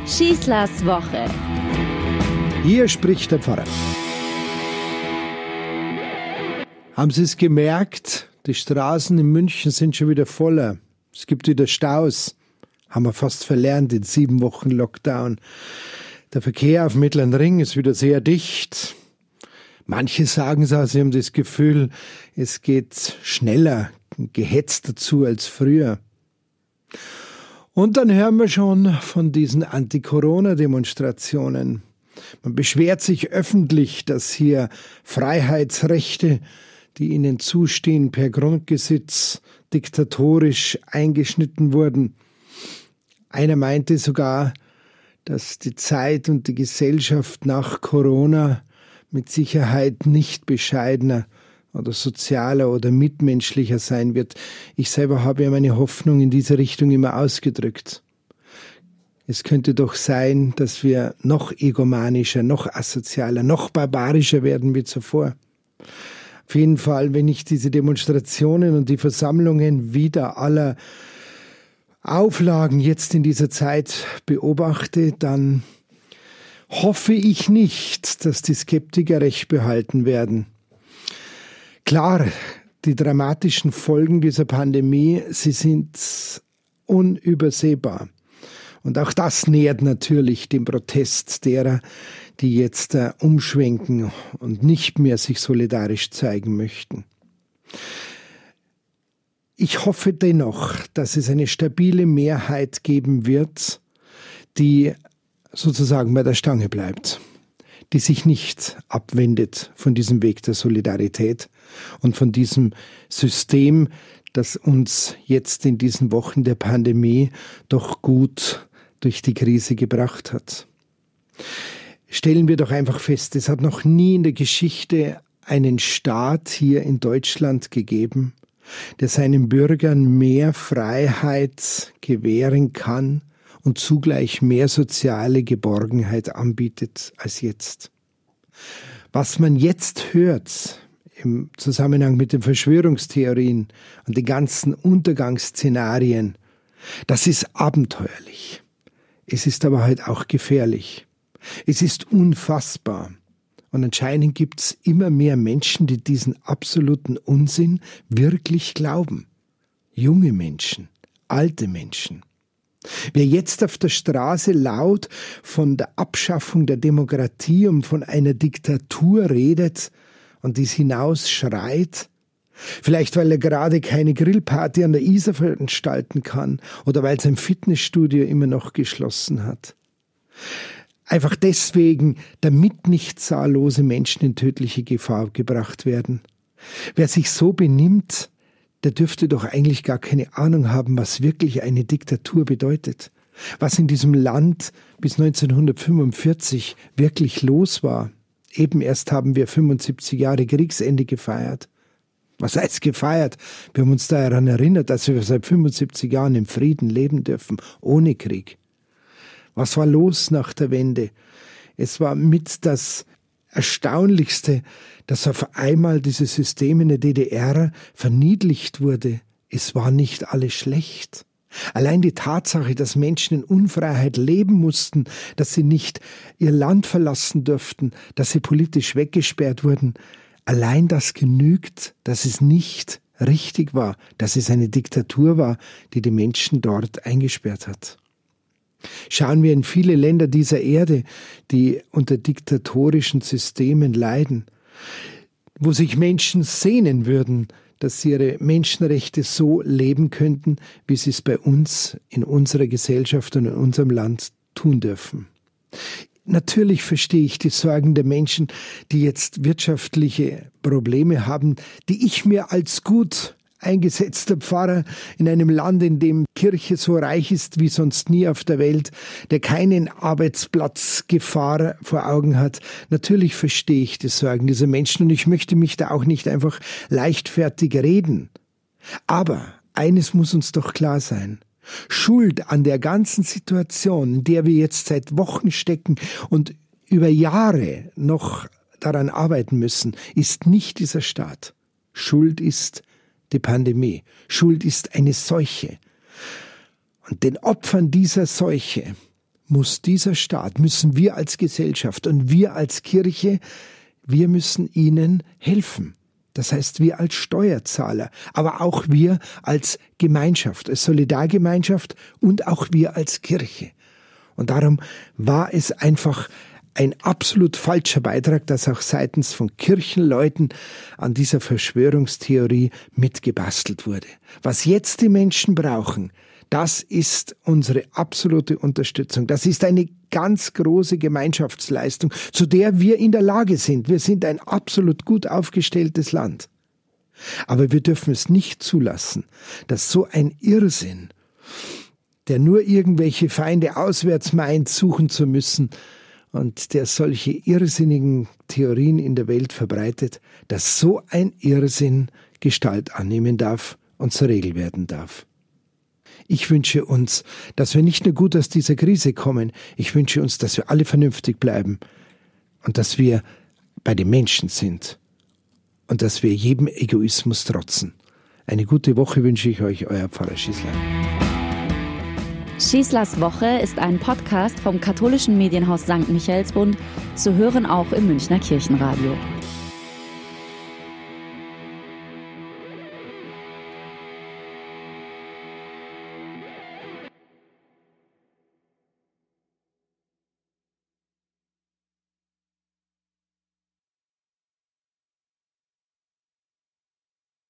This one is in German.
Schießlers Woche. Hier spricht der Pfarrer. Haben Sie es gemerkt? Die Straßen in München sind schon wieder voller. Es gibt wieder Staus. Haben wir fast verlernt in 7 Wochen Lockdown. Der Verkehr auf dem Mittleren Ring ist wieder sehr dicht. Manche sagen so, sie haben das Gefühl, es geht schneller, gehetzter zu als früher. Und dann hören wir schon von diesen Anti-Corona-Demonstrationen. Man beschwert sich öffentlich, dass hier Freiheitsrechte, die ihnen zustehen, per Grundgesetz diktatorisch eingeschnitten wurden. Einer meinte sogar, dass die Zeit und die Gesellschaft nach Corona mit Sicherheit nicht bescheidener oder sozialer oder mitmenschlicher sein wird. Ich selber habe ja meine Hoffnung in diese Richtung immer ausgedrückt. Es könnte doch sein, dass wir noch egomanischer, noch asozialer, noch barbarischer werden wie zuvor. Auf jeden Fall, wenn ich diese Demonstrationen und die Versammlungen wieder aller Auflagen jetzt in dieser Zeit beobachte, dann hoffe ich nicht, dass die Skeptiker recht behalten werden. Klar, die dramatischen Folgen dieser Pandemie, sie sind unübersehbar. Und auch das nährt natürlich den Protest derer, die jetzt umschwenken und nicht mehr sich solidarisch zeigen möchten. Ich hoffe dennoch, dass es eine stabile Mehrheit geben wird, die sozusagen bei der Stange bleibt, die sich nicht abwendet von diesem Weg der Solidarität und von diesem System, das uns jetzt in diesen Wochen der Pandemie doch gut durch die Krise gebracht hat. Stellen wir doch einfach fest, es hat noch nie in der Geschichte einen Staat hier in Deutschland gegeben, der seinen Bürgern mehr Freiheit gewähren kann und zugleich mehr soziale Geborgenheit anbietet als jetzt. Was man jetzt hört im Zusammenhang mit den Verschwörungstheorien und den ganzen Untergangsszenarien, das ist abenteuerlich. Es ist aber halt auch gefährlich. Es ist unfassbar. Und anscheinend gibt es immer mehr Menschen, die diesen absoluten Unsinn wirklich glauben. Junge Menschen, alte Menschen. Wer jetzt auf der Straße laut von der Abschaffung der Demokratie und von einer Diktatur redet und dies hinausschreit, vielleicht weil er gerade keine Grillparty an der Isar veranstalten kann oder weil sein Fitnessstudio immer noch geschlossen hat. Einfach deswegen, damit nicht zahllose Menschen in tödliche Gefahr gebracht werden. Wer sich so benimmt, der dürfte doch eigentlich gar keine Ahnung haben, was wirklich eine Diktatur bedeutet. Was in diesem Land bis 1945 wirklich los war. Eben erst haben wir 75 Jahre Kriegsende gefeiert. Was heißt gefeiert? Wir haben uns daran erinnert, dass wir seit 75 Jahren im Frieden leben dürfen, ohne Krieg. Was war los nach der Wende? Es war mit das Erstaunlichste, dass auf einmal dieses System in der DDR verniedlicht wurde. Es war nicht alles schlecht. Allein die Tatsache, dass Menschen in Unfreiheit leben mussten, dass sie nicht ihr Land verlassen durften, dass sie politisch weggesperrt wurden, allein das genügt, dass es nicht richtig war, dass es eine Diktatur war, die die Menschen dort eingesperrt hat. Schauen wir in viele Länder dieser Erde, die unter diktatorischen Systemen leiden, wo sich Menschen sehnen würden, dass sie ihre Menschenrechte so leben könnten, wie sie es bei uns in unserer Gesellschaft und in unserem Land tun dürfen. Natürlich verstehe ich die Sorgen der Menschen, die jetzt wirtschaftliche Probleme haben, die ich mir als gut eingesetzter Pfarrer in einem Land, in dem Kirche so reich ist wie sonst nie auf der Welt, der keinen Arbeitsplatzgefahr vor Augen hat. Natürlich verstehe ich die Sorgen dieser Menschen und ich möchte mich da auch nicht einfach leichtfertig reden. Aber eines muss uns doch klar sein. Schuld an der ganzen Situation, in der wir jetzt seit Wochen stecken und über Jahre noch daran arbeiten müssen, ist nicht dieser Staat. Schuld ist die Pandemie. Schuld ist eine Seuche. Und den Opfern dieser Seuche muss dieser Staat, müssen wir als Gesellschaft und wir als Kirche, wir müssen ihnen helfen. Das heißt, wir als Steuerzahler, aber auch wir als Gemeinschaft, als Solidargemeinschaft und auch wir als Kirche. Und darum war es einfach ein absolut falscher Beitrag, dass auch seitens von Kirchenleuten an dieser Verschwörungstheorie mitgebastelt wurde. Was jetzt die Menschen brauchen, das ist unsere absolute Unterstützung. Das ist eine ganz große Gemeinschaftsleistung, zu der wir in der Lage sind. Wir sind ein absolut gut aufgestelltes Land. Aber wir dürfen es nicht zulassen, dass so ein Irrsinn, der nur irgendwelche Feinde auswärts meint, suchen zu müssen und der solche irrsinnigen Theorien in der Welt verbreitet, dass so ein Irrsinn Gestalt annehmen darf und zur Regel werden darf. Ich wünsche uns, dass wir nicht nur gut aus dieser Krise kommen, ich wünsche uns, dass wir alle vernünftig bleiben und dass wir bei den Menschen sind und dass wir jedem Egoismus trotzen. Eine gute Woche wünsche ich euch, euer Pfarrer Schießler. Schießlers Woche ist ein Podcast vom katholischen Medienhaus St. Michaelsbund, zu hören auch im Münchner Kirchenradio.